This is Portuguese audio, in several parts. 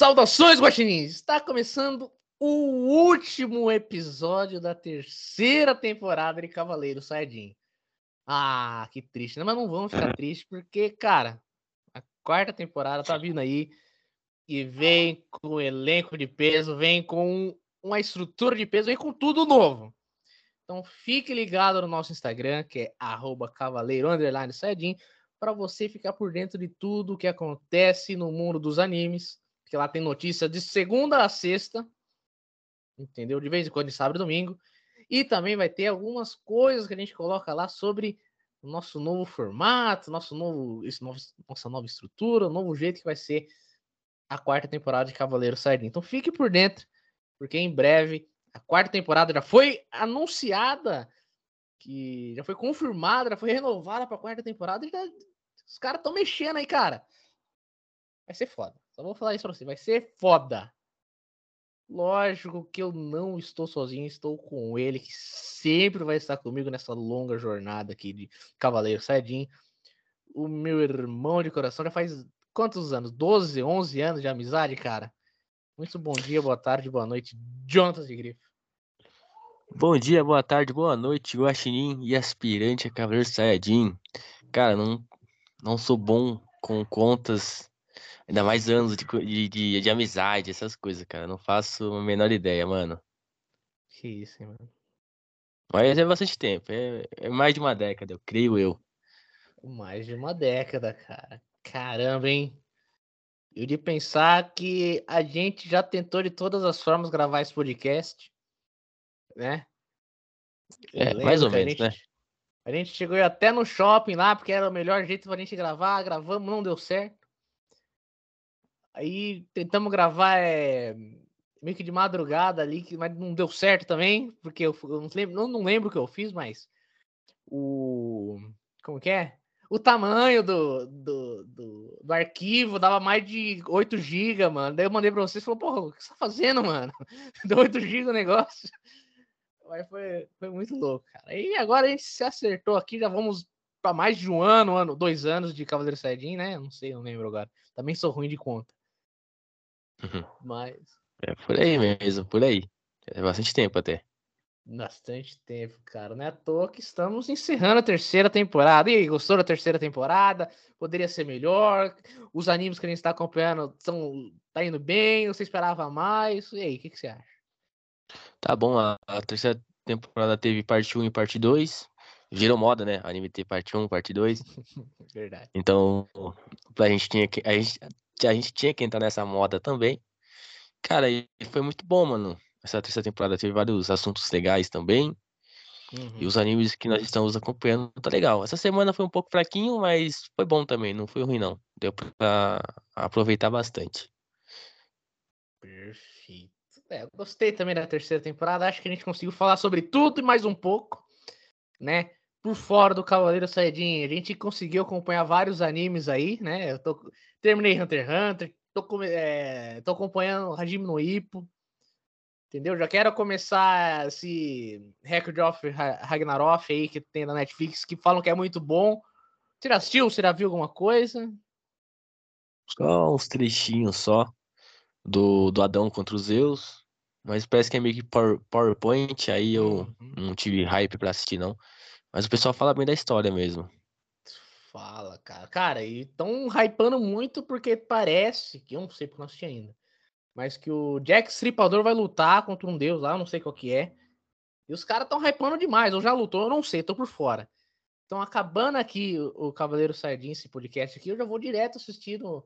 Saudações, guaxinins! Está começando o último episódio da terceira temporada de Cavaleiro Saiyajin. Ah, que triste, né? Mas não vamos ficar tristes porque, cara, a quarta temporada tá vindo aí e vem com elenco de peso, vem com uma estrutura de peso, vem com tudo novo. Então fique ligado no nosso Instagram, que é @cavaleiro_saiyajin, para você ficar por dentro de tudo o que acontece no mundo dos animes. Porque lá tem notícia de segunda a sexta, entendeu? De vez em quando, de sábado e domingo. E também vai ter algumas coisas que a gente coloca lá sobre o nosso novo formato, nossa nova estrutura, o novo jeito que vai ser a quarta temporada de Cavaleiro Saiyajin. Então fique por dentro, porque em breve a quarta temporada já foi anunciada, que já foi confirmada, já foi renovada para a quarta temporada e já, os caras estão mexendo aí, cara. Vai ser foda. Só vou falar isso pra você. Vai ser foda. Lógico que eu não estou sozinho, estou com ele, que sempre vai estar comigo nessa longa jornada aqui de Cavaleiro Saiyajin. O meu irmão de coração já faz quantos anos? 12, 11 anos de amizade, cara. Muito bom dia, boa tarde, boa noite, Jonatas de Grifo. Bom dia, boa tarde, boa noite, Guaxinim e aspirante a Cavaleiro Saiyajin. Cara, não sou bom com contas, ainda mais anos de amizade, essas coisas, cara. Não faço a menor ideia, mano. Que isso, hein, mano. Mas é bastante tempo, é mais de uma década, eu creio eu. Mais de uma década, cara. Caramba, hein? Eu de pensar que a gente já tentou de todas as formas gravar esse podcast, né? Eu É, mais lembro ou que a menos, né? gente A gente chegou até no shopping lá, porque era o melhor jeito pra gente gravar. Gravamos, não deu certo. Aí tentamos gravar meio que de madrugada ali, mas não deu certo também, porque eu não lembro o que eu fiz, mas o. Como que é? O tamanho do arquivo dava mais de 8 GB, mano. Daí eu mandei pra vocês e falou, porra, o que você tá fazendo, mano? Deu 8 GB o negócio. Mas foi muito louco, cara. E agora a gente se acertou aqui, já vamos para mais de um ano, 2 anos de Cavaleiro Saiyajin, né? Não sei, não lembro agora. Também sou ruim de conta. Uhum. Mas É por aí mesmo, por aí. É bastante tempo até. bastante tempo, cara. Não é à toa que estamos encerrando a terceira temporada. E aí, gostou da terceira temporada? Poderia ser melhor? Os animes que a gente está acompanhando tá indo bem? Você esperava mais? E aí, o que você acha? Tá bom, a terceira temporada teve parte um e parte 2. Virou moda, né? Anime ter parte um, parte 2. Verdade. Então, a gente tinha que entrar nessa moda também. Cara, e foi muito bom, mano. Essa terceira temporada teve vários assuntos legais também. E Uhum. os animes que nós estamos acompanhando tá legal. Essa semana foi um pouco fraquinho, mas foi bom também. Não foi ruim, não. Deu pra aproveitar bastante. Perfeito. Eu gostei também da terceira temporada. Acho que a gente conseguiu falar sobre tudo e mais um pouco, né? Por fora do Cavaleiro Saiyajin, a gente conseguiu acompanhar vários animes aí, né? Terminei Hunter x Hunter, tô acompanhando Hajime no Ippo, entendeu? Já quero começar esse Record of Ragnarok aí que tem na Netflix, que falam que é muito bom. Você já assistiu? Você já viu alguma coisa? Só uns trechinhos só do Adão contra os Zeus. Mas parece que é meio que PowerPoint, aí eu Uhum. não tive hype pra assistir, não. Mas o pessoal fala bem da história mesmo. Fala, cara. Cara, e tão hypando muito porque parece, que eu não sei porque eu não assisti ainda, mas que o Jack Stripador vai lutar contra um deus lá, eu não sei qual que é. E os caras tão hypando demais, ou já lutou, eu não sei, tô por fora. Então, acabando aqui o Cavaleiro Saiyajin, esse podcast aqui, eu já vou direto assistindo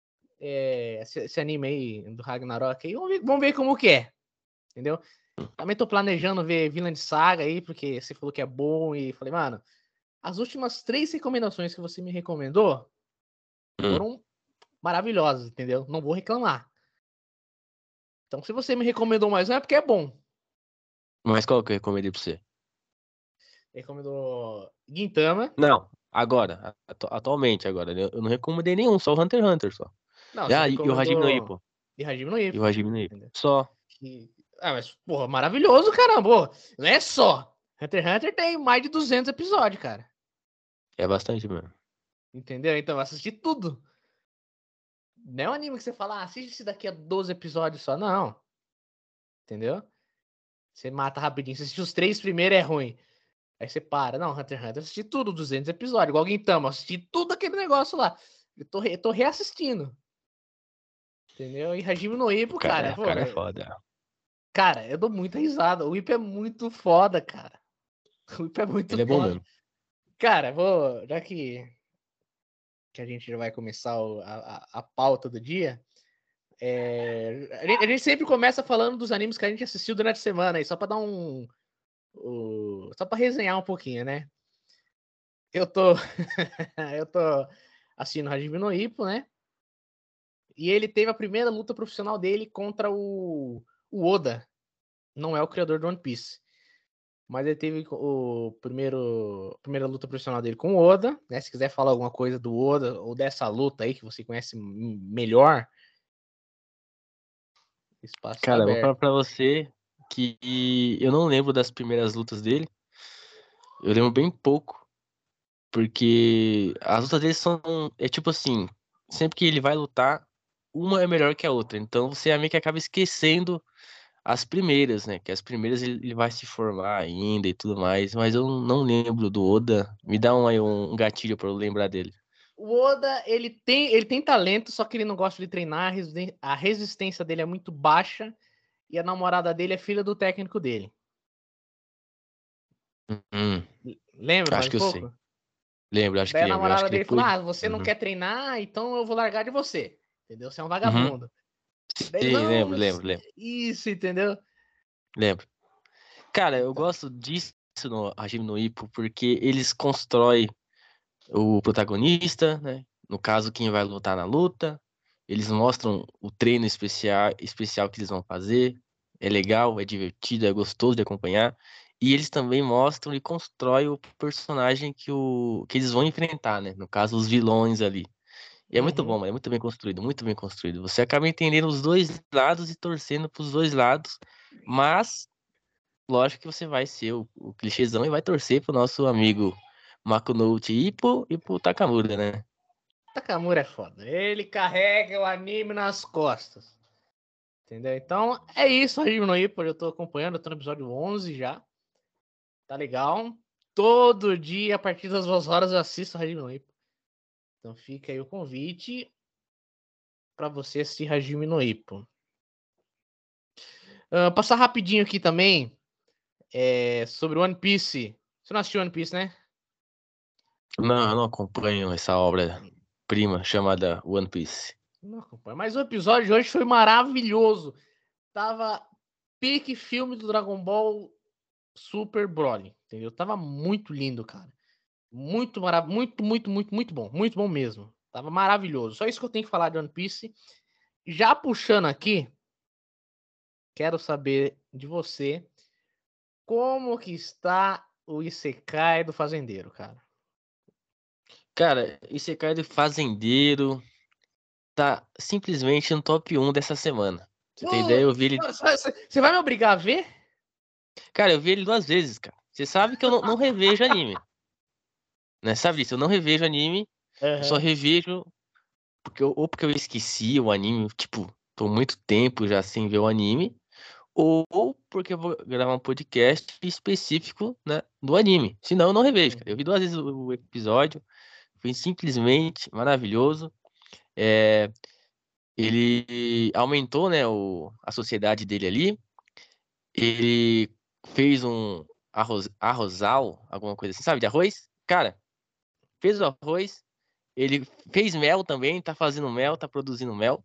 esse anime aí do Ragnarok aí. Vamos ver como que é, entendeu? Também tô planejando ver Vinland Saga aí, porque você falou que é bom e falei, mano, as últimas 3 recomendações que você me recomendou Hum. foram maravilhosas, entendeu? Não vou reclamar. Então, se você me recomendou mais um, é porque é bom. Mas qual que eu recomendei pra você? Recomendou Gintama. Não, agora, atualmente agora. Eu não recomendei nenhum, só o Hunter x Hunter só. Não, você E o Hajime no recomendou Ippo. de Hajime no E Ippo. o Hajime no Ippo. Entendeu? Só. Mas, porra, maravilhoso, caramba. Não é só. Hunter x Hunter tem mais de 200 episódios, cara. É bastante mesmo. Entendeu? Então, eu assisti tudo. Não é um anime que você fala, assiste esse daqui a 12 episódios só. Não. Entendeu? Você mata rapidinho. Você assistir os 3 primeiros é ruim. Aí você para. Não, Hunter x Hunter, eu assisti tudo, 200 episódios. Igual Gintama, eu assisti tudo aquele negócio lá. Eu tô reassistindo. Entendeu? E Hajime no Ippo, cara, O pô, cara é foda. cara, eu dou muita risada. O Ippo é muito foda, cara. O Ippo é muito Ele é bom foda. mesmo. Cara, já que a gente já vai começar a pauta do dia, a gente sempre começa falando dos animes que a gente assistiu durante a semana, aí só pra dar só pra resenhar um pouquinho, né? Eu tô, eu tô assistindo Hajime no Ippo, né? E ele teve a primeira luta profissional dele contra o Oda. Não é o criador do One Piece. Mas ele teve a primeira luta profissional dele com o Oda, né? Se quiser falar alguma coisa do Oda ou dessa luta aí que você conhece melhor, o espaço está Cara, eu vou falar aberto. pra você que eu não lembro das primeiras lutas dele. Eu lembro bem pouco, porque as lutas dele são. É tipo assim, sempre que ele vai lutar, uma é melhor que a outra. Então você meio que acaba esquecendo as primeiras, né? Que as primeiras ele vai se formar ainda e tudo mais. Mas eu não lembro do Oda. Me dá um gatilho pra eu lembrar dele. O Oda, ele tem talento, só que ele não gosta de treinar, a resistência dele é muito baixa e a namorada dele é filha do técnico dele. Hum, Lembra mais acho um que eu sei. pouco? Lembro, acho que Daí a lembro. Eu acho namorada que dele falou: depois. Ah, você não Uhum. quer treinar, então eu vou largar de você. Entendeu? Você é um Uhum. vagabundo. Daí ele, Sim, não, lembro, não lembro, lembro. isso, entendeu? Lembro. Cara, eu Então. gosto disso no Hajime no Ippo porque eles constroem o protagonista, né? No caso, quem vai lutar na luta. Eles mostram o treino especial que eles vão fazer. É legal, é divertido, é gostoso de acompanhar. E eles também mostram e constroem o personagem que eles vão enfrentar, né? No caso, os vilões ali. E é muito Uhum. bom, é muito bem construído, muito bem construído. Você acaba entendendo os dois lados e torcendo pros dois lados, mas lógico que você vai ser o clichêzão e vai torcer pro nosso amigo Makunouchi e pro Takamura, né? Takamura é foda. Ele carrega o anime nas costas. Entendeu? Então é isso, Hajime no Ippo. Eu tô acompanhando, eu tô no episódio 11 já. Tá legal. Todo dia, a partir das 2 horas, eu assisto Hajime no Ippo. Então fica aí o convite para você assistir Hajime no Ippo. Passar rapidinho aqui também sobre One Piece. Você não assistiu One Piece, né? Não, eu não acompanho essa obra-prima chamada One Piece. Não acompanho. Mas o episódio de hoje foi maravilhoso. Tava pique filme do Dragon Ball Super Broly, entendeu? Tava muito lindo, cara. Muito maravilhoso, muito bom. Muito bom mesmo. Tava maravilhoso. Só isso que eu tenho que falar de One Piece. Já puxando aqui, quero saber de você como que está o Isekai do fazendeiro, cara. Cara, Isekai do Fazendeiro tá simplesmente no top 1 dessa semana. Pra você tem ideia, eu vi Putz, ele. você vai me obrigar a ver? Cara, eu vi ele 2 vezes, cara. Você sabe que eu não revejo anime, né? Sabe disso? Eu não revejo anime, eu só Aham. revejo ou porque eu esqueci o anime, tipo, tô muito tempo já sem ver o anime, ou porque eu vou gravar um podcast específico, né, do anime. Senão eu não revejo, cara. Eu Uhum. vi 2 vezes o episódio, foi simplesmente maravilhoso. É, ele aumentou, né, a sociedade dele ali. Ele fez um arrozal, alguma coisa assim, sabe, de arroz? Cara, fez o arroz, ele fez mel também, tá fazendo mel, tá produzindo mel.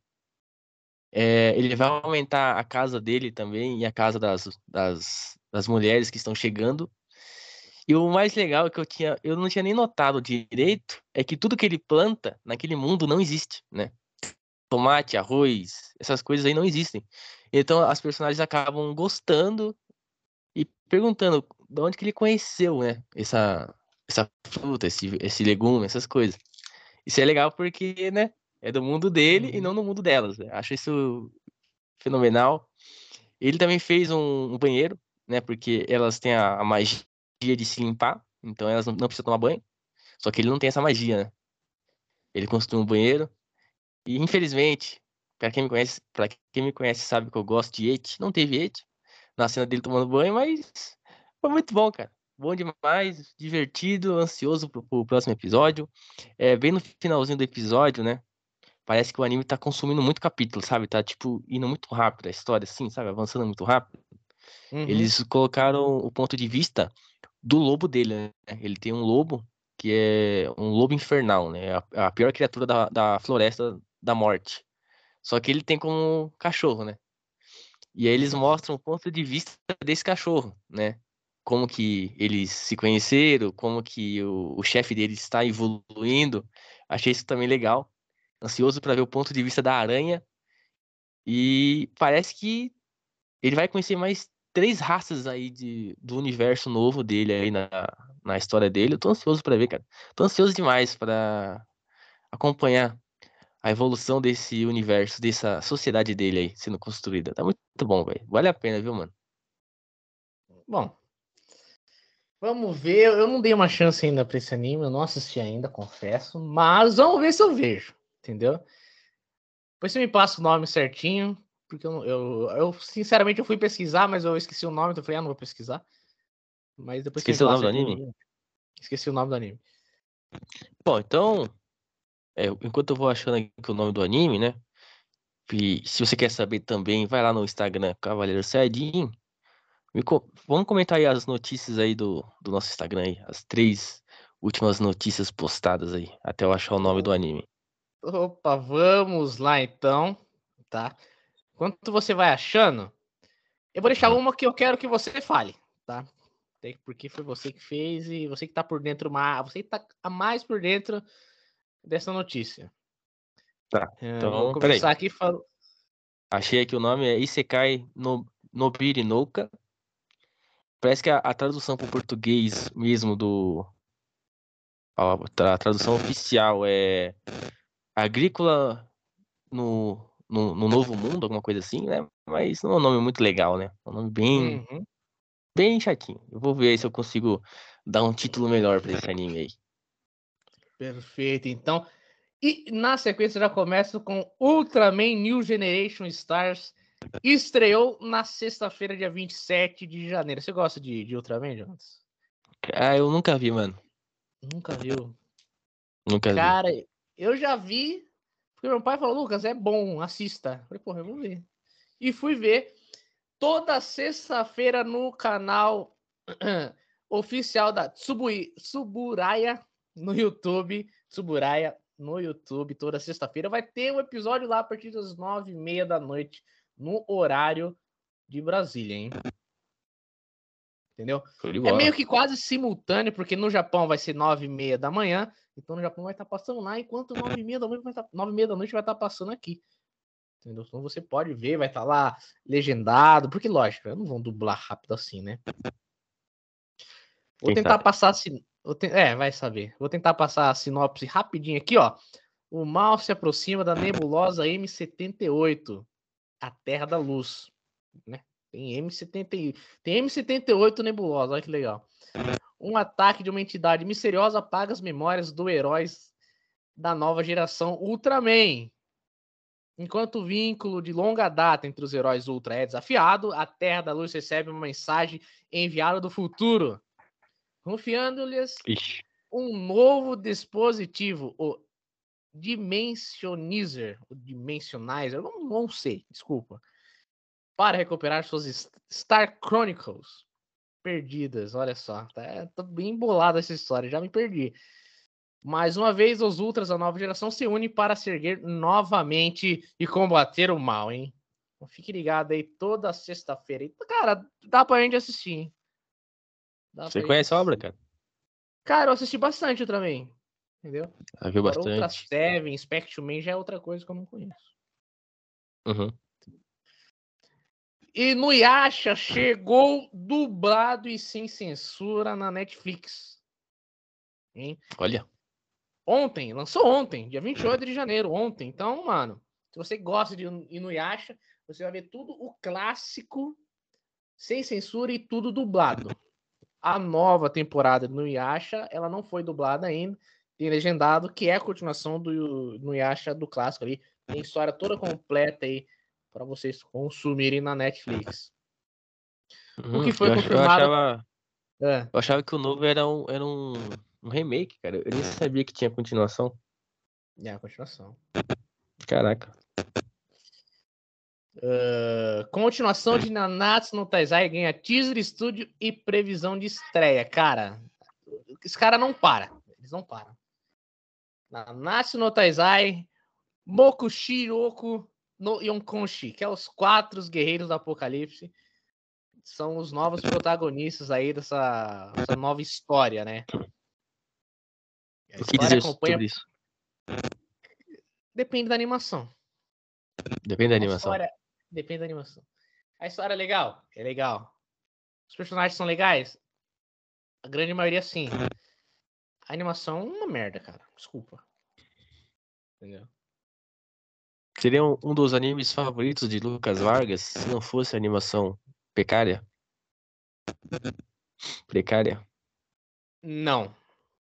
Ele vai aumentar a casa dele também e a casa das mulheres que estão chegando. E o mais legal é que eu não tinha nem notado direito, é que tudo que ele planta naquele mundo não existe, né? Tomate, arroz, essas coisas aí não existem. Então as personagens acabam gostando e perguntando de onde que ele conheceu, né? Essa fruta, esse legume, essas coisas. Isso é legal porque, né? É do mundo dele e não Uhum. do mundo delas, né? Acho isso fenomenal. Ele também fez um banheiro, né? Porque elas têm a magia de se limpar, então elas não precisam tomar banho. Só que ele não tem essa magia, né? Ele construiu um banheiro. E infelizmente, para quem me conhece sabe que eu gosto de Eti. Não teve Eti na cena dele tomando banho, mas foi muito bom, cara. Bom demais, divertido, ansioso pro próximo episódio. Bem no finalzinho do episódio, né? Parece que o anime tá consumindo muito capítulo, sabe? Tá, tipo, indo muito rápido a história, assim, sabe? Avançando muito rápido. Uhum. Eles colocaram o ponto de vista do lobo dele, né? Ele tem um lobo que é um lobo infernal, né? A pior criatura da floresta da morte. Só que ele tem como cachorro, né? E aí eles mostram o ponto de vista desse cachorro, né? Como que eles se conheceram, como que o chefe deles está evoluindo. Achei isso também legal. Ansioso para ver o ponto de vista da aranha. E parece que ele vai conhecer mais 3 raças aí do universo novo dele aí na história dele. Eu tô ansioso para ver, cara. Tô ansioso demais para acompanhar a evolução desse universo, dessa sociedade dele aí sendo construída. Tá muito bom, velho. Vale a pena, viu, mano? Bom, vamos ver. Eu não dei uma chance ainda pra esse anime, eu não assisti ainda, confesso. Mas vamos ver se eu vejo, entendeu? Depois você me passa o nome certinho, porque sinceramente eu fui pesquisar, mas eu esqueci o nome, então eu falei, não vou pesquisar. Mas depois você me Esqueceu o nome passa do anime? certinho. Esqueci o nome do anime. Bom, então, enquanto eu vou achando aqui o nome do anime, né? E se você quer saber também, vai lá no Instagram Cavaleiro Saiyajin. Vamos comentar aí as notícias aí do nosso Instagram aí, as 3 últimas notícias postadas aí, até eu achar o nome do anime. Opa, vamos lá então, tá? Enquanto você vai achando, eu vou deixar Uhum. uma que eu quero que você fale, tá? Porque foi você que fez e você que tá por dentro, você que tá a mais por dentro dessa notícia. Tá, Vou então, peraí. começar aqui falando. Achei aqui o nome, é Isekai no Nobiri Nouka. Parece que a tradução para o português mesmo a tradução oficial é Agrícola no Novo Mundo, alguma coisa assim, né? Mas não é um nome muito legal, né? É um nome Uhum, bem chatinho. Eu vou ver se eu consigo dar um título melhor para esse anime aí. perfeito, então. E na sequência já começa com Ultraman New Generation Stars. Estreou na sexta-feira, dia 27 de janeiro. Você gosta de Ultraman, Jonas? Ah, eu nunca vi, mano. Nunca viu? Nunca vi. Cara, eu já vi, porque meu pai falou, Lucas, é bom, assista. Eu falei, porra, eu vou ver. E fui ver toda sexta-feira no canal oficial da Tsuburaya no YouTube. Tsuburaya no YouTube, toda sexta-feira. Vai ter um episódio lá a partir das 9h30 da noite, no horário de Brasília, hein? Entendeu? Show de É bola. meio que quase simultâneo, porque no Japão vai ser 9h30 da manhã, então no Japão vai estar passando lá, enquanto 9h30 da noite vai estar, 9h30 da noite vai estar passando aqui. Entendeu? Então você pode ver, vai estar lá legendado, porque lógico, eu não vou dublar rápido assim, né? Vou Quem tentar sabe? passar assim. Vai saber. Vou tentar passar a sinopse rapidinho aqui, ó. O mal se aproxima da nebulosa M78, a Terra da Luz, né? Tem M78 nebulosa, olha que legal. Um ataque de uma entidade misteriosa apaga as memórias do heróis da nova geração Ultraman. Enquanto o vínculo de longa data entre os heróis Ultra é desafiado, a Terra da Luz recebe uma mensagem enviada do futuro, confiando-lhes Ixi. um novo dispositivo, o Dimensionizer, não sei, desculpa, para recuperar suas Star Chronicles perdidas. Olha só, tá bem embolada essa história, já me perdi. Mais uma vez, os Ultras da nova geração se unem para se erguer novamente e combater o mal, hein? Então, fique ligado aí toda sexta-feira. Cara, dá pra gente assistir, hein? Dá Você pra gente conhece a obra, assistir. cara? Cara, eu assisti bastante também, entendeu? Já viu Agora, Ultra bastante? Seven, Spectrum Man já é outra coisa que eu não conheço. Uhum. E no Yasha chegou dublado e sem censura na Netflix. Hein? Olha. Ontem, lançou ontem, dia 28 de janeiro, ontem. Então, mano, se você gosta de Inuyasha, você vai ver tudo o clássico, sem censura e tudo dublado. A nova temporada do Inuyasha, ela não foi dublada ainda. tem legendado, que é a continuação do Inuyasha do clássico ali. Tem história toda completa aí para vocês consumirem na Netflix. O que foi confirmado... Eu achava que o novo era um remake, cara. Eu nem sabia que tinha continuação. É a continuação. Caraca. Continuação de Nanatsu no Taizai ganha teaser, estúdio e previsão de estreia. Cara, esse cara não para. Eles não param. Nanatsu no Taizai, Mokushiroko no Yonkonshi, que é os 4 guerreiros do apocalipse. São os novos protagonistas aí dessa nova história, né? O que dizer sobre isso? Depende da animação. Depende da animação. Depende da animação. A história é legal? É legal. Os personagens são legais? A grande maioria sim. A animação é uma merda, cara. Desculpa. Entendeu? Seria um dos animes favoritos de Lucas Vargas se não fosse a animação precária? Não.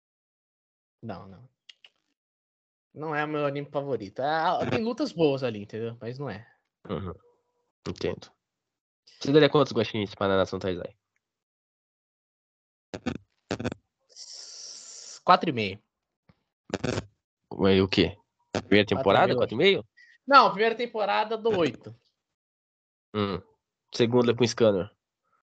Não é o meu anime favorito. Tem lutas boas ali, entendeu? Mas não é. Uhum. Entendo. Você daria quantos guaxinins para Nanatsu no Taizai? 4,5. O quê? Primeira temporada? 4,5? Não, primeira temporada do 8. Segunda com Scanner.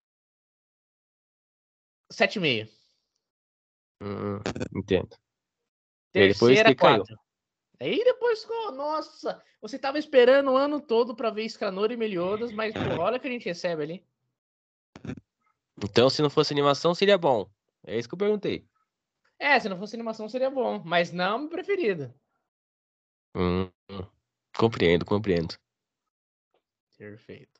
7,5. Entendo. Terceira, e depois 4. Aí depois ficou, nossa, você tava esperando o ano todo pra ver Escanor e Meliodas, mas porra, olha o que a gente recebe ali. Então, se não fosse animação, seria bom. É isso que eu perguntei. Se não fosse animação seria bom, mas não meu preferido. Compreendo. Perfeito.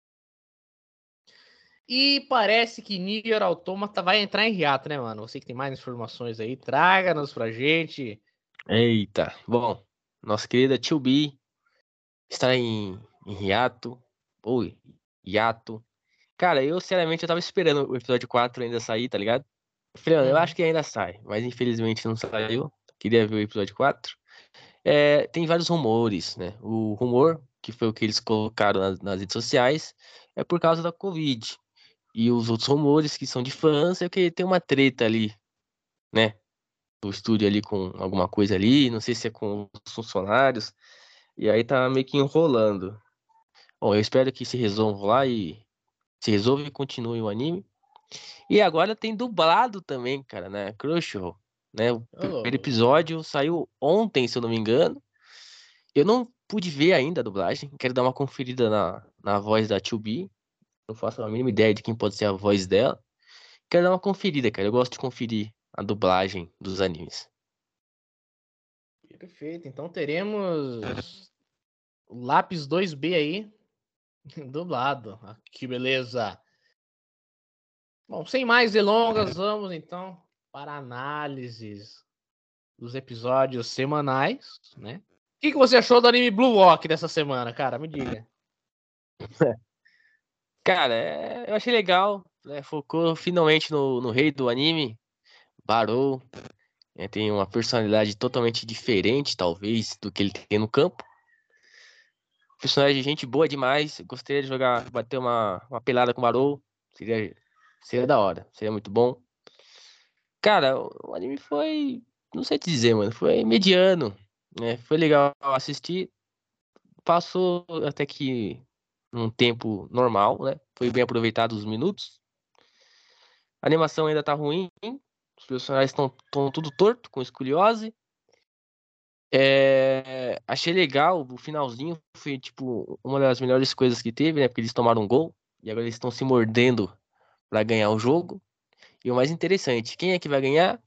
E parece que Nier Automata vai entrar em hiato, né, mano? Você que tem mais informações aí, traga-nos pra gente. Eita. Bom, nossa querida 2B está em hiato. Oi, hiato. Cara, sinceramente, eu tava esperando o episódio 4 ainda sair, tá ligado? Eu falei, eu acho que ainda sai, mas infelizmente não saiu. Queria ver o episódio 4. Tem vários rumores, né? O rumor, que foi o que eles colocaram nas redes sociais, é por causa da Covid. E os outros rumores, que são de fãs, é que tem uma treta ali, né? Do estúdio ali com alguma coisa ali, não sei se é com os funcionários. E aí tá meio que enrolando. Bom, eu espero que se resolva lá e se resolva e continue o anime. E agora tem dublado também, cara, né? Crunchyroll, né? O primeiro episódio saiu ontem, se eu não me engano. Eu não pude ver ainda a dublagem. Quero dar uma conferida na voz da 2B. Não faço a mínima ideia de quem pode ser a voz dela. Quero dar uma conferida, cara. Eu gosto de conferir a dublagem dos animes. Perfeito. Então teremos o Lápis 2B aí dublado. Que beleza. Bom, sem mais delongas, vamos então para análises dos episódios semanais, né? O que você achou do anime Blue Walk dessa semana, cara? Me diga. Cara, eu achei legal, né? Focou finalmente no rei do anime, Barou. Tem uma personalidade totalmente diferente, talvez, do que ele tem no campo. Personagem de gente boa demais. Gostaria de bater uma pelada com o Barou. Seria da hora, seria muito bom. Cara, o anime foi. Não sei te dizer, mano. Foi mediano, né? Foi legal assistir. Passou até que num tempo normal, né? Foi bem aproveitado os minutos. A animação ainda tá ruim. Os personagens estão tudo torto, com escoliose. Achei legal, o finalzinho foi tipo uma das melhores coisas que teve, né? Porque eles tomaram um gol e agora eles estão se mordendo para ganhar o jogo. E o mais interessante, quem é que vai ganhar?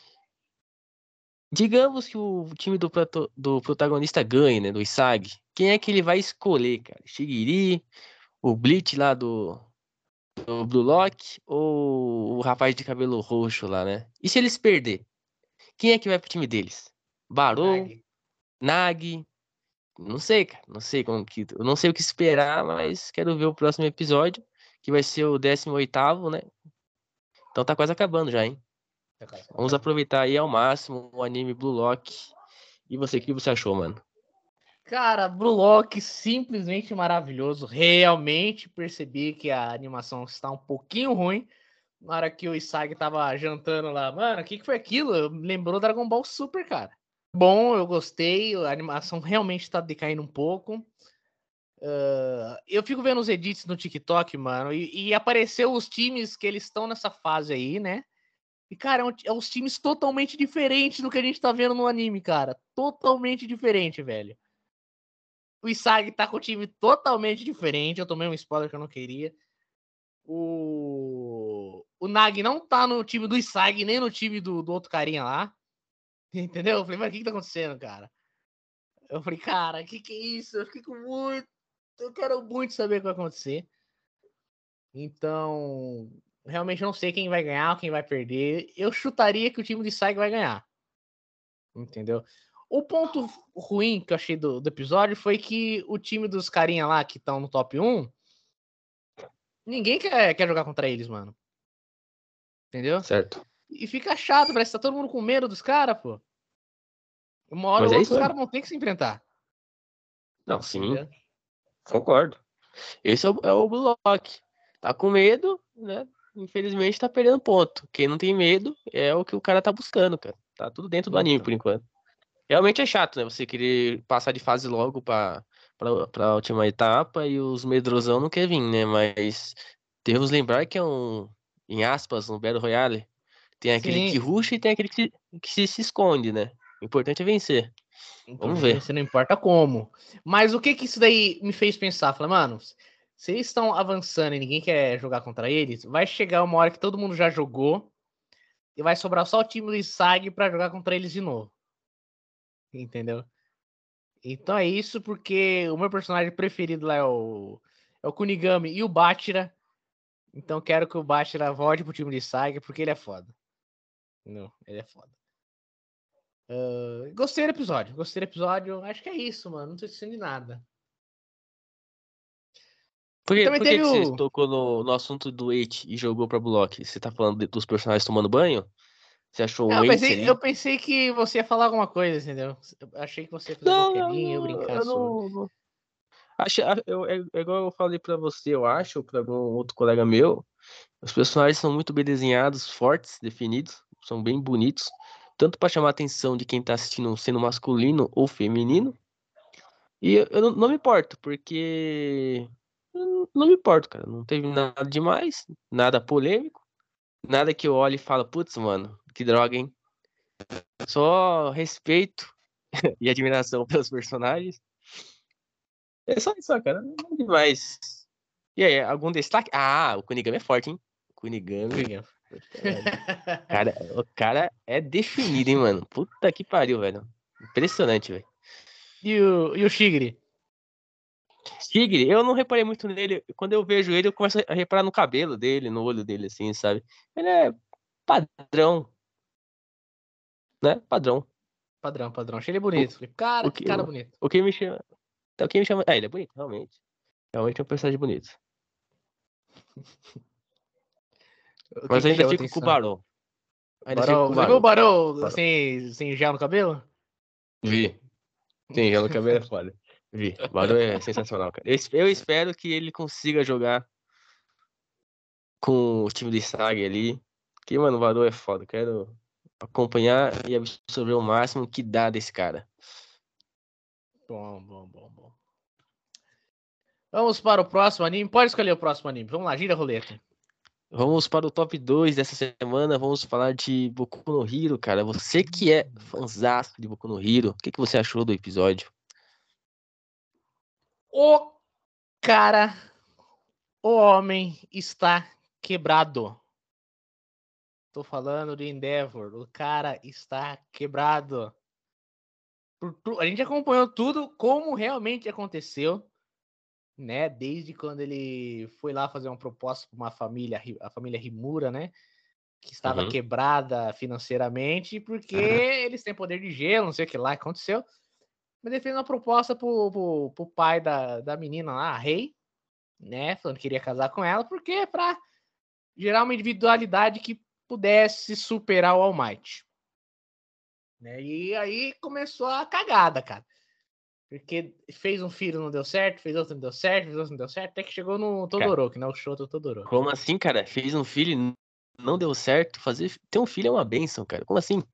Digamos que o time do protagonista ganhe, né? Do Isagi. Quem é que ele vai escolher, cara? Shigiri, o Bleach lá do Blue Lock ou o rapaz de cabelo roxo lá, né? E se eles perder? Quem é que vai pro time deles? Barou, Nagi? Não sei, cara. Não sei eu não sei o que esperar, mas quero ver o próximo episódio, que vai ser o 18º, né? Então tá quase acabando já, hein? Vamos aproveitar aí ao máximo o anime Blue Lock. E você, o que você achou, mano? Cara, Blue Lock simplesmente maravilhoso. Realmente percebi que a animação está um pouquinho ruim. Na hora que o Isagi tava jantando lá, mano, o que foi aquilo? Lembrou Dragon Ball Super, cara. Bom, eu gostei. A animação realmente tá decaindo um pouco. Eu fico vendo os edits no TikTok, mano, e apareceu os times que eles estão nessa fase aí, né? E, cara, é uns times totalmente diferentes do que a gente tá vendo no anime, cara. Totalmente diferente, velho. O Isagi tá com o time totalmente diferente. Eu tomei um spoiler que eu não queria. O Nagi não tá no time do Isagi, nem no time do outro carinha lá. Entendeu? Eu falei, mas o que tá acontecendo, cara? Eu falei, cara, que é isso? Eu fiquei com muito. Eu quero muito saber o que vai acontecer. Então, realmente não sei quem vai ganhar, quem vai perder. Eu chutaria que o time do Isagi vai ganhar. Entendeu? O ponto ruim que eu achei do episódio foi que o time dos carinha lá que estão no top 1, ninguém quer jogar contra eles, mano. Entendeu? Certo. E fica chato, parece que tá todo mundo com medo dos caras, pô. Uma hora Mas ou é outra isso os mesmo. caras vão ter que se enfrentar. Não, sim, Entendeu? concordo. Esse é o Blue Lock. Tá com medo, né? Infelizmente tá perdendo ponto. Quem não tem medo é o que o cara tá buscando, cara. Tá tudo dentro do anime Então. por enquanto. Realmente é chato, né? Você querer passar de fase logo pra última etapa e os medrosão não quer vir, né? Mas devemos lembrar que é em aspas, um Battle Royale. Tem aquele que Sim. rusha e tem aquele que se esconde, né? O importante é vencer. Vamos Importante ver. vencer, não importa como. Mas o que isso daí me fez pensar? Falei, mano, se eles estão avançando e ninguém quer jogar contra eles, vai chegar uma hora que todo mundo já jogou e vai sobrar só o time do Isagi pra jogar contra eles de novo. Entendeu? Então é isso, porque o meu personagem preferido lá é o Kunigami e o Bachira. Então quero que o Bachira volte pro time do Isagi, porque ele é foda. Não, ele é foda. Gostei do episódio. Gostei do episódio. Acho que é isso, mano. Não tô esquecendo de nada. Por E que, também por que teve que você o. tocou no assunto do Eight e jogou pra Block? Você tá falando dos personagens tomando banho? Você achou Não, um Eight eu ali? pensei que você ia falar alguma coisa, entendeu? Eu achei que você ia fazer uma Não, piadinha, eu brincar eu sobre. não. É igual eu falei pra você, eu acho, ou pra algum outro colega meu. Os personagens são muito bem desenhados, fortes, definidos, são bem bonitos, tanto pra chamar a atenção de quem tá assistindo sendo masculino ou feminino. E eu não me importo, porque. Eu não me importo, cara. Não teve nada demais, nada polêmico. Nada que eu olhe e falo, putz, mano, que droga, hein? Só respeito e admiração pelos personagens. É só isso, cara. Não é demais. E aí, algum destaque? Ah, o Kunigami é forte, hein? O Kunigami. Obrigado. O cara é definido, hein, mano? Puta que pariu, velho. Impressionante, velho. E o Shigri? Tigre, eu não reparei muito nele. Quando eu vejo ele, eu começo a reparar no cabelo dele, no olho dele, assim, sabe? Ele é padrão, né? Padrão. Padrão, padrão. Achei ele O, bonito. Falei, cara, o, que que, cara o, bonito. o que me chama. O que me chama. É, ele é bonito, realmente. Realmente é um personagem bonito. O Mas eu que ainda chama fico com o atenção? Barão. Ainda fico Barão. com o Você viu o Barão. Barão Barão. sem gel no cabelo? Vi. Sim, já no cabelo é foda. Vi. O Barão é sensacional, cara. Eu espero que ele consiga jogar com o time do Stag ali. Que, mano, o Barão é foda. Quero acompanhar e absorver o máximo que dá desse cara. Bom, bom, bom, bom. Vamos para o próximo anime. Pode escolher o próximo anime. Vamos lá, gira a roleta. Vamos para o top 2 dessa semana. Vamos falar de Boku no Hero, cara. Você que é fãzaço de Boku no Hero, o que você achou do episódio? O cara, o homem está quebrado. Tô falando de Endeavor. O cara está quebrado. A gente acompanhou tudo como realmente aconteceu, né? Desde quando ele foi lá fazer uma proposta para uma família, a família Rimura, né? Que estava Uhum. quebrada financeiramente, porque eles têm poder de gelo, não sei o que lá aconteceu. Mas ele fez uma proposta pro pai da menina lá, a Rei, né? Falando que queria casar com ela, porque para gerar uma individualidade que pudesse superar o All Might. Né? E aí começou a cagada, cara. Porque fez um filho, não deu certo, fez outro, não deu certo, fez outro, não deu certo, até que chegou no Todoroki, né? O show do Todoroki. Como assim, cara? Fez um filho e não deu certo? Ter um filho é uma bênção, cara. Como assim?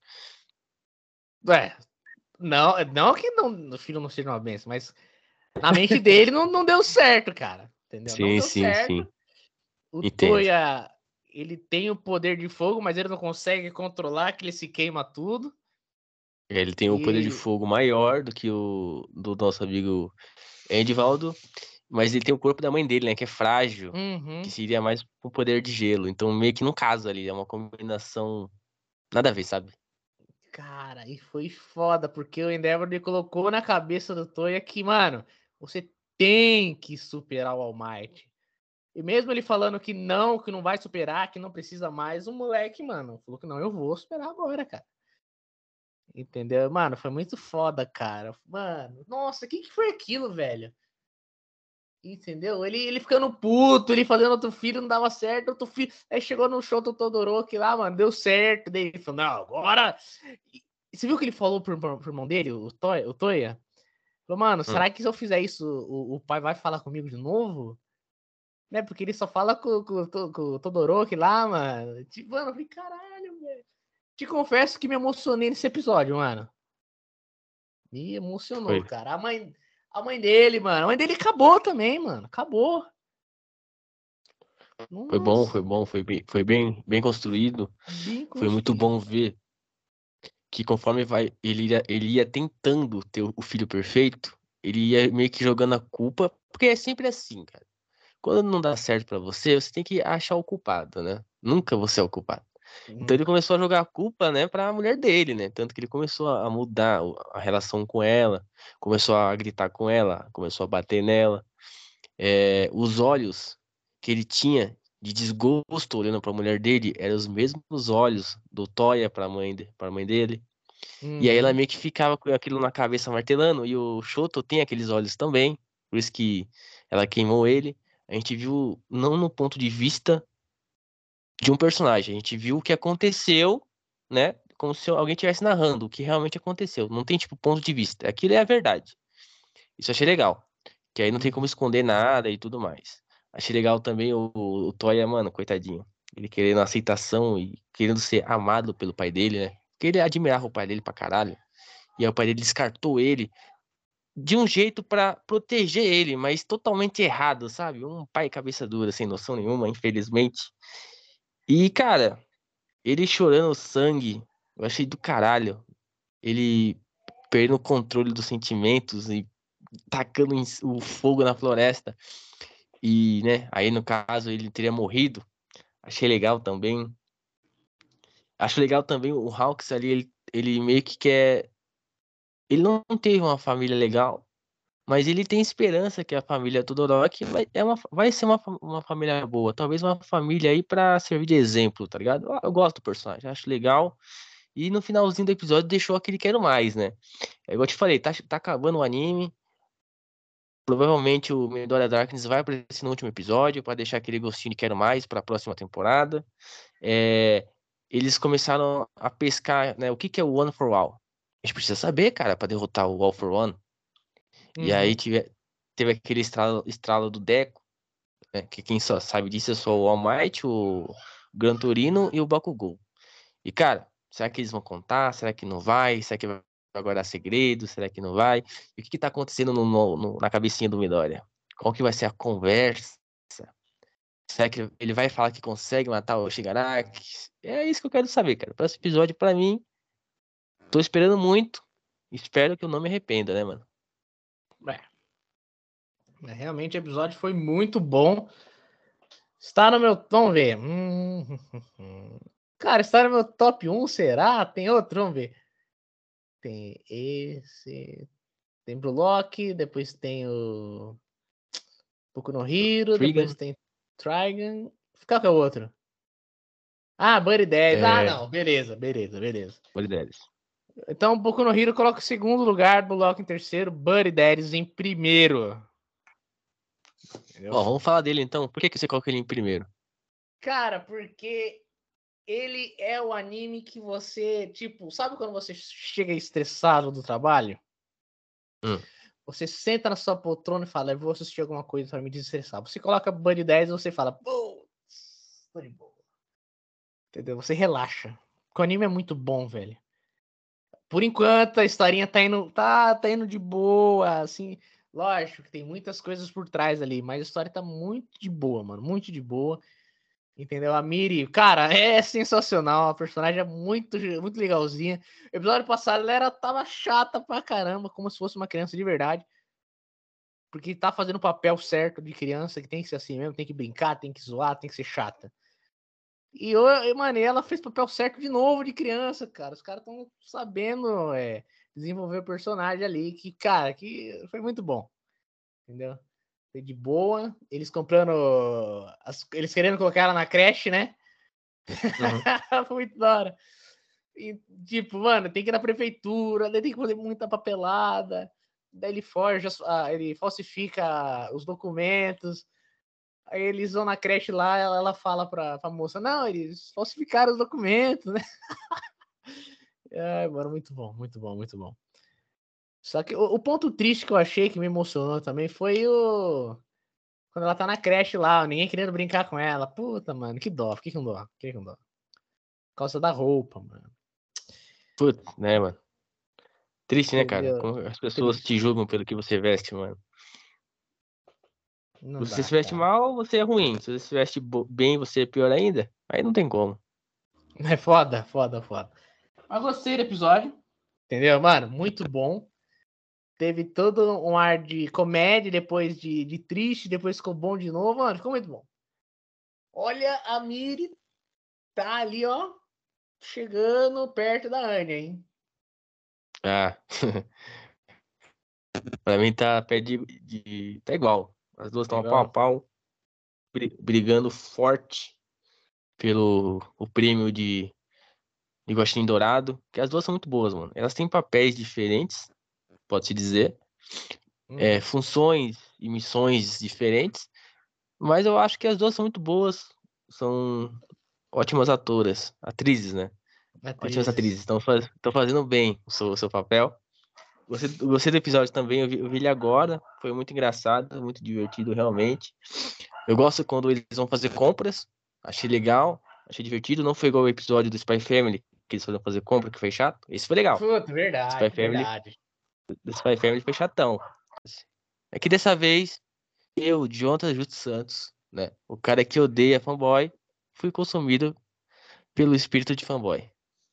Não que o filho não seja uma bênção, mas na mente dele não deu certo, cara. Entendeu? Não deu certo. Sim. O Entendo. Toya, ele tem o poder de fogo, mas ele não consegue controlar, que ele se queima tudo. Ele tem o poder de fogo maior do que o do nosso amigo Edivaldo, mas ele tem o corpo da mãe dele, né? Que é frágil, que seria mais com poder de gelo. Então, meio que no caso ali, é uma combinação nada a ver, sabe? Cara, e foi foda, porque o Endeavor ele colocou na cabeça do Toya que, mano, você tem que superar o All Might. E mesmo ele falando que não vai superar, que não precisa mais, o moleque, mano, falou que não, eu vou superar agora, cara. Entendeu? Mano, foi muito foda, cara. Mano, nossa, o que foi aquilo, velho? Entendeu? Ele ficando puto, ele fazendo outro filho, não dava certo, outro filho. Aí chegou no show do Todoroki lá, mano, deu certo. Daí ele falou, não, agora. E você viu o que ele falou pro irmão dele, o Toya? Falou, mano, Hum. será que se eu fizer isso, o pai vai falar comigo de novo? Né? Porque ele só fala com o Todoroki lá, mano. Tipo, mano, eu falei, caralho, velho. Te confesso que me emocionei nesse episódio, mano. Me emocionou, Foi. cara. A mãe dele, mano. A mãe dele acabou também, mano. Acabou. Nossa, Bem construído. bem Foi muito bom construído. ver que conforme ele ia tentando ter o filho perfeito, ele ia meio que jogando a culpa, porque é sempre assim, cara. Quando não dá certo pra você, você tem que achar o culpado, né? Nunca você é o culpado. Então ele Nunca. começou a jogar a culpa, né, pra mulher dele, né? Tanto que ele começou a mudar a relação com ela, começou a gritar com ela, começou a bater nela. Os olhos que ele tinha de desgosto olhando pra mulher dele eram os mesmos olhos do Toya pra mãe dele. E aí ela Uhum. meio que ficava com aquilo na cabeça martelando, e o Shoto tem aqueles olhos também, por isso que ela queimou ele. A gente viu, não no ponto de vista de um personagem, a gente viu o que aconteceu, né? Como se alguém estivesse narrando o que realmente aconteceu. Não tem, tipo, ponto de vista. Aquilo é a verdade. Isso eu achei legal. Que aí não tem como Uhum. esconder nada e tudo mais. Achei legal também o Toya, mano, coitadinho. Ele querendo aceitação e querendo ser amado pelo pai dele, né? Porque ele admirava o pai dele pra caralho. E aí o pai dele descartou ele de um jeito pra proteger ele, mas totalmente errado, sabe? Um pai cabeça dura, sem noção nenhuma, infelizmente. E, cara, ele chorando sangue, eu achei do caralho. Ele perdendo o controle dos sentimentos e tacando o fogo na floresta. E, né, aí no caso ele teria morrido. Achei legal também. Acho legal também o Hawks ali, ele meio que quer. Ele não teve uma família legal. Mas ele tem esperança que a família Todoroki vai ser uma família boa. Talvez uma família aí pra servir de exemplo, tá ligado? Eu gosto do personagem, acho legal. E no finalzinho do episódio deixou aquele quero mais, né? É igual eu te falei, tá acabando o anime. Provavelmente o Midoriya Darkness vai aparecer no último episódio pra deixar aquele gostinho de quero mais pra próxima temporada. É, eles começaram a pescar, né? O que que é o One for All? A gente precisa saber, cara, pra derrotar o All for One. E aí Uhum. teve aquele estralo do Deco, né? Que quem só sabe disso é só o All Might, o Gran Torino e o Bakugou. E, cara, será que eles vão contar? Será que não vai? Será que vai guardar segredo? Será que não vai? E o que que tá acontecendo na cabecinha do Midoriya? Qual que vai ser a conversa? Será que ele vai falar que consegue matar o Shigaraki? É isso que eu quero saber, cara. Próximo episódio, pra mim, tô esperando muito. Espero que eu não me arrependa, né, mano? Realmente o episódio foi muito bom. Está no meu. Vamos ver. Cara, está no meu top 1, será? Tem outro? Vamos ver. Tem esse. Tem Blue Lock, depois tem o Boku no Hero, depois Trigun, tem Trigun. Qual que é o outro? Ah, Buddy 10. Ah, é... não. Beleza. Molidez. Então, Boku no Hero coloca em segundo lugar, Blue Lock em terceiro, Buddy 10 em primeiro. Entendeu? Ó, vamos falar dele então. Por que que você coloca ele em primeiro? Cara, porque ele é o anime que você, tipo, sabe quando você chega estressado do trabalho? Hum. Você senta na sua poltrona e fala, eu vou assistir alguma coisa pra me desestressar. Você coloca Bunny 10 e você fala, putz, tô de boa. Entendeu? Você relaxa. Porque o anime é muito bom, velho. Por enquanto, a historinha tá indo de boa, assim. Lógico que tem muitas coisas por trás ali, mas a história tá muito de boa, mano. Muito de boa. Entendeu? A Miri, cara, é sensacional. A personagem é muito legalzinha. O episódio passado tava chata pra caramba, como se fosse uma criança de verdade. Porque tá fazendo o papel certo de criança, que tem que ser assim mesmo, tem que brincar, tem que zoar, tem que ser chata. Mano, ela fez o papel certo de novo de criança, cara. Os caras estão sabendo desenvolver o personagem ali, que, cara, que foi muito bom. Entendeu? Foi de boa. Eles comprando. Eles querendo colocar ela na creche, né? Uhum. Foi muito da hora. E, tipo, mano, tem que ir na prefeitura, daí tem que fazer muita papelada. Daí ele forja, ele falsifica os documentos. Aí eles vão na creche lá, ela fala pra moça, não, eles falsificaram os documentos, né? Ai, mano, muito bom, muito bom, muito bom. Só que o ponto triste que eu achei que me emocionou também foi quando ela tá na creche lá, ninguém querendo brincar com ela. Puta, mano, que dó, fiquei com dó, fiquei com dó. Por causa da roupa, mano. Putz, né, mano? Triste, né, cara? Entendeu? Como as pessoas te Triste. julgam pelo que você veste, mano. Não Você dá, se veste cara. mal, você é ruim. Se você se veste bem, você é pior ainda. Aí não tem como. É foda, foda, foda. Mas gostei do episódio. Entendeu, mano? Muito bom. Teve todo um ar de comédia, depois de triste, depois ficou bom de novo. Mano, ficou muito bom. Olha, a Miri tá ali, ó, chegando perto da Anya, hein? Ah, pra mim tá perto tá igual. As duas Tá estão pau a igual? pau, brigando forte pelo o prêmio de Guaxinim Dourado. Que as duas são muito boas, mano. Elas têm papéis diferentes, pode-se dizer. Uhum. Funções e missões diferentes. Mas eu acho que as duas são muito boas. São ótimas atoras, atrizes, né? Ótimas atrizes. Atrizes. Estão fazendo bem o seu papel. Gostei do episódio também, eu vi ele agora. Foi muito engraçado, muito divertido, realmente. Eu gosto quando eles vão fazer compras. Achei legal, achei divertido. Não foi igual o episódio do Spy Family, que eles foram fazer compra, que foi chato. Esse foi legal. Puta, Spy verdade, Family, verdade. do Spy Family foi chatão. É que dessa vez, eu, Jonathan Justo Santos, né? O cara que odeia fanboy, fui consumido pelo espírito de fanboy.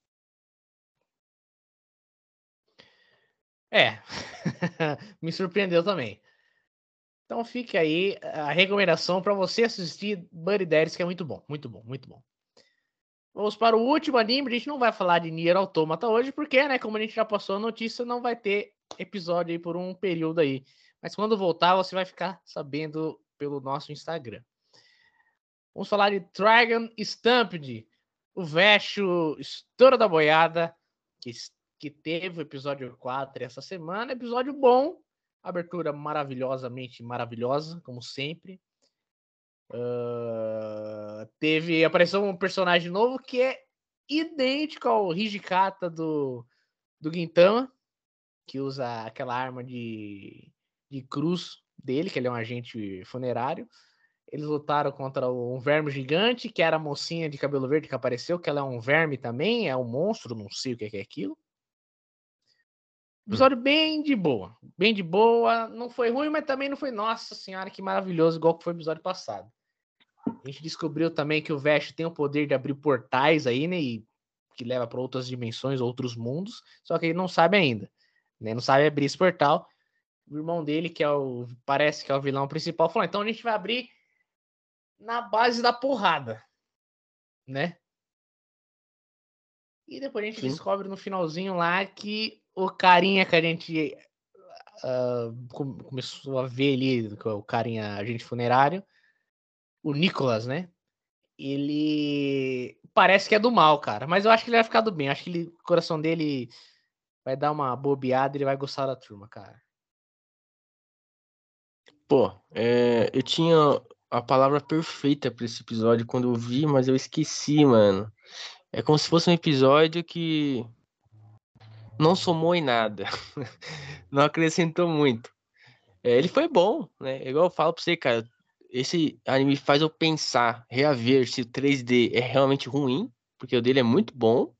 É. Me surpreendeu também. Então fica aí a recomendação para você assistir Buddy Daddies, que é muito bom, muito bom, muito bom. Vamos para o último anime. A gente não vai falar de Nier Automata hoje, porque, né, como a gente já passou a notícia, não vai ter episódio aí por um período aí. Mas quando voltar, você vai ficar sabendo pelo nosso Instagram. Vamos falar de Dragon Stampede, o Vesho Estouro da Boiada, que teve o episódio 4 essa semana. Episódio bom, abertura maravilhosamente maravilhosa, como sempre. Apareceu um personagem novo que é idêntico ao Hijikata do Gintama, que usa aquela arma de cruz dele, que ele é um agente funerário. Eles lutaram contra um verme gigante, que era a mocinha de cabelo verde que apareceu, que ela é um verme também, é um monstro, não sei o que é aquilo. Hum. Episódio bem de boa. Bem de boa. Não foi ruim, mas também não foi, nossa senhora, que maravilhoso, igual que foi o episódio passado. A gente descobriu também que o Vesh tem o poder de abrir portais aí, né? E que leva para outras dimensões, outros mundos. Só que ele não sabe ainda. Né? Não sabe abrir esse portal. O irmão dele, que parece que é o vilão principal, falou: então a gente vai abrir na base da porrada, né? E depois a gente Sim. descobre no finalzinho lá que o carinha que a gente começou a ver ali, o carinha agente funerário, o Nicholas, né? Ele parece que é do mal, cara. Mas eu acho que ele vai ficar do bem. Eu acho que o coração dele vai dar uma bobeada e ele vai gostar da turma, cara. Pô, eu tinha a palavra perfeita pra esse episódio quando eu vi, mas eu esqueci, mano. É como se fosse um episódio que não somou em nada. Não acrescentou muito. Ele foi bom, né? Igual eu falo pra você, cara. Esse anime faz eu pensar, reaver se o 3D é realmente ruim, porque o dele é muito bom.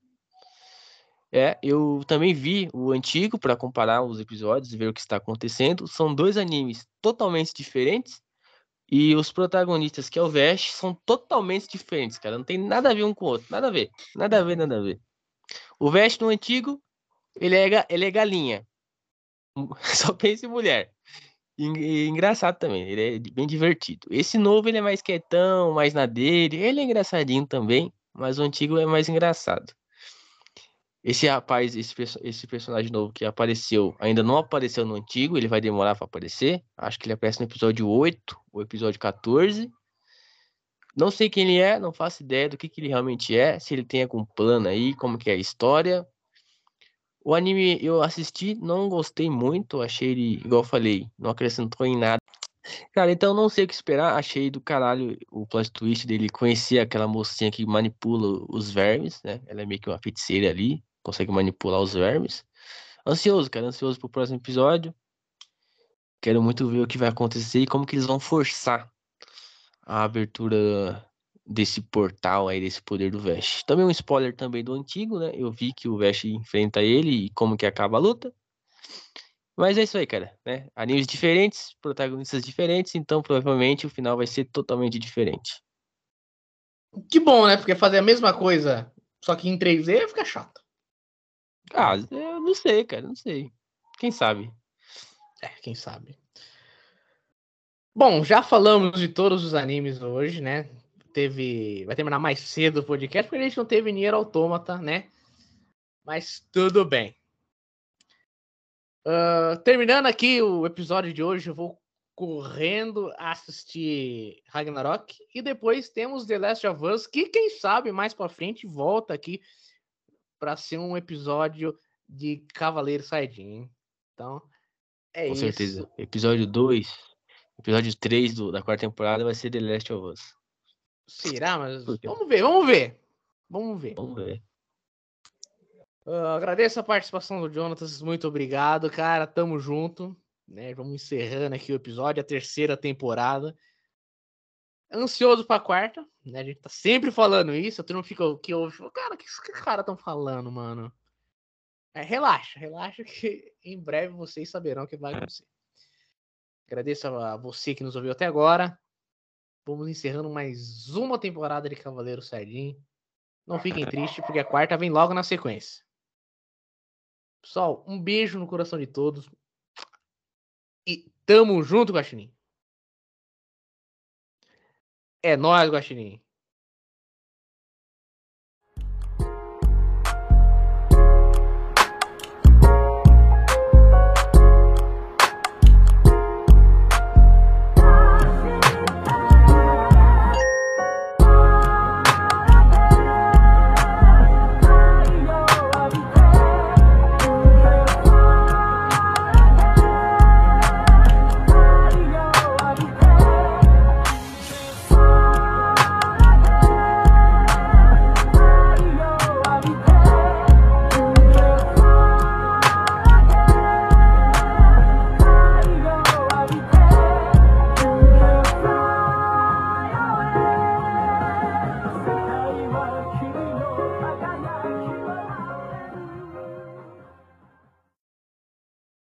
Eu também vi o antigo para comparar os episódios e ver o que está acontecendo. São dois animes totalmente diferentes e os protagonistas, que é o Vash, são totalmente diferentes, cara. Não tem nada a ver um com o outro, nada a ver, nada a ver, nada a ver. O Vash no antigo, ele é galinha, só pensa em mulher. E engraçado também, ele é bem divertido. Esse novo ele é mais quietão, mais na dele. Ele é engraçadinho também, mas o antigo é mais engraçado. Esse rapaz, esse personagem novo que apareceu, ainda não apareceu no antigo, ele vai demorar pra aparecer. Acho que ele aparece no episódio 8 ou episódio 14. Não sei quem ele é, não faço ideia do que ele realmente é, se ele tem algum plano aí, como que é a história. O anime eu assisti, não gostei muito, achei ele, igual eu falei, não acrescentou em nada. Cara, então não sei o que esperar, achei do caralho o plot twist dele conhecer aquela mocinha que manipula os vermes, né? Ela é meio que uma feiticeira ali, consegue manipular os vermes. Ansioso, cara, ansioso pro próximo episódio. Quero muito ver o que vai acontecer e como que eles vão forçar a abertura desse portal aí, desse poder do Vash. Também um spoiler também do antigo, né? Eu vi que o Vash enfrenta ele e como que acaba a luta. Mas é isso aí, cara, né? Animes diferentes, protagonistas diferentes, então provavelmente o final vai ser totalmente diferente. Que bom, né? Porque fazer a mesma coisa, só que em 3D fica chato. Ah, eu não sei, cara, não sei. Quem sabe? Quem sabe. Bom, já falamos de todos os animes hoje, né? Vai terminar mais cedo o podcast, porque a gente não teve Nier Automata, né? Mas tudo bem. Terminando aqui o episódio de hoje, eu vou correndo assistir Ragnarok. E depois temos The Last of Us, que quem sabe mais pra frente volta aqui para ser um episódio de Cavaleiro Saiyajin. Então, é Com certeza. isso. Episódio 2, episódio 3 da quarta temporada vai ser The Last of Us. Será? Mas Por quê? vamos ver, vamos ver. Vamos ver. Vamos ver. Agradeço a participação do Jonatas, muito obrigado, cara. Tamo junto. Né? Vamos encerrando aqui o episódio, a terceira temporada. Ansioso pra quarta, né? A gente tá sempre falando isso. A turma fica que ouve, cara, o que esses caras estão falando, mano? Relaxa, relaxa que em breve vocês saberão o que vai acontecer. Agradeço a você que nos ouviu até agora. Vamos encerrando mais uma temporada de Cavaleiro Saiyajin. Não fiquem tristes, porque a quarta vem logo na sequência. Pessoal, um beijo no coração de todos. E tamo junto, Guaxinim. É nóis, Guaxinim.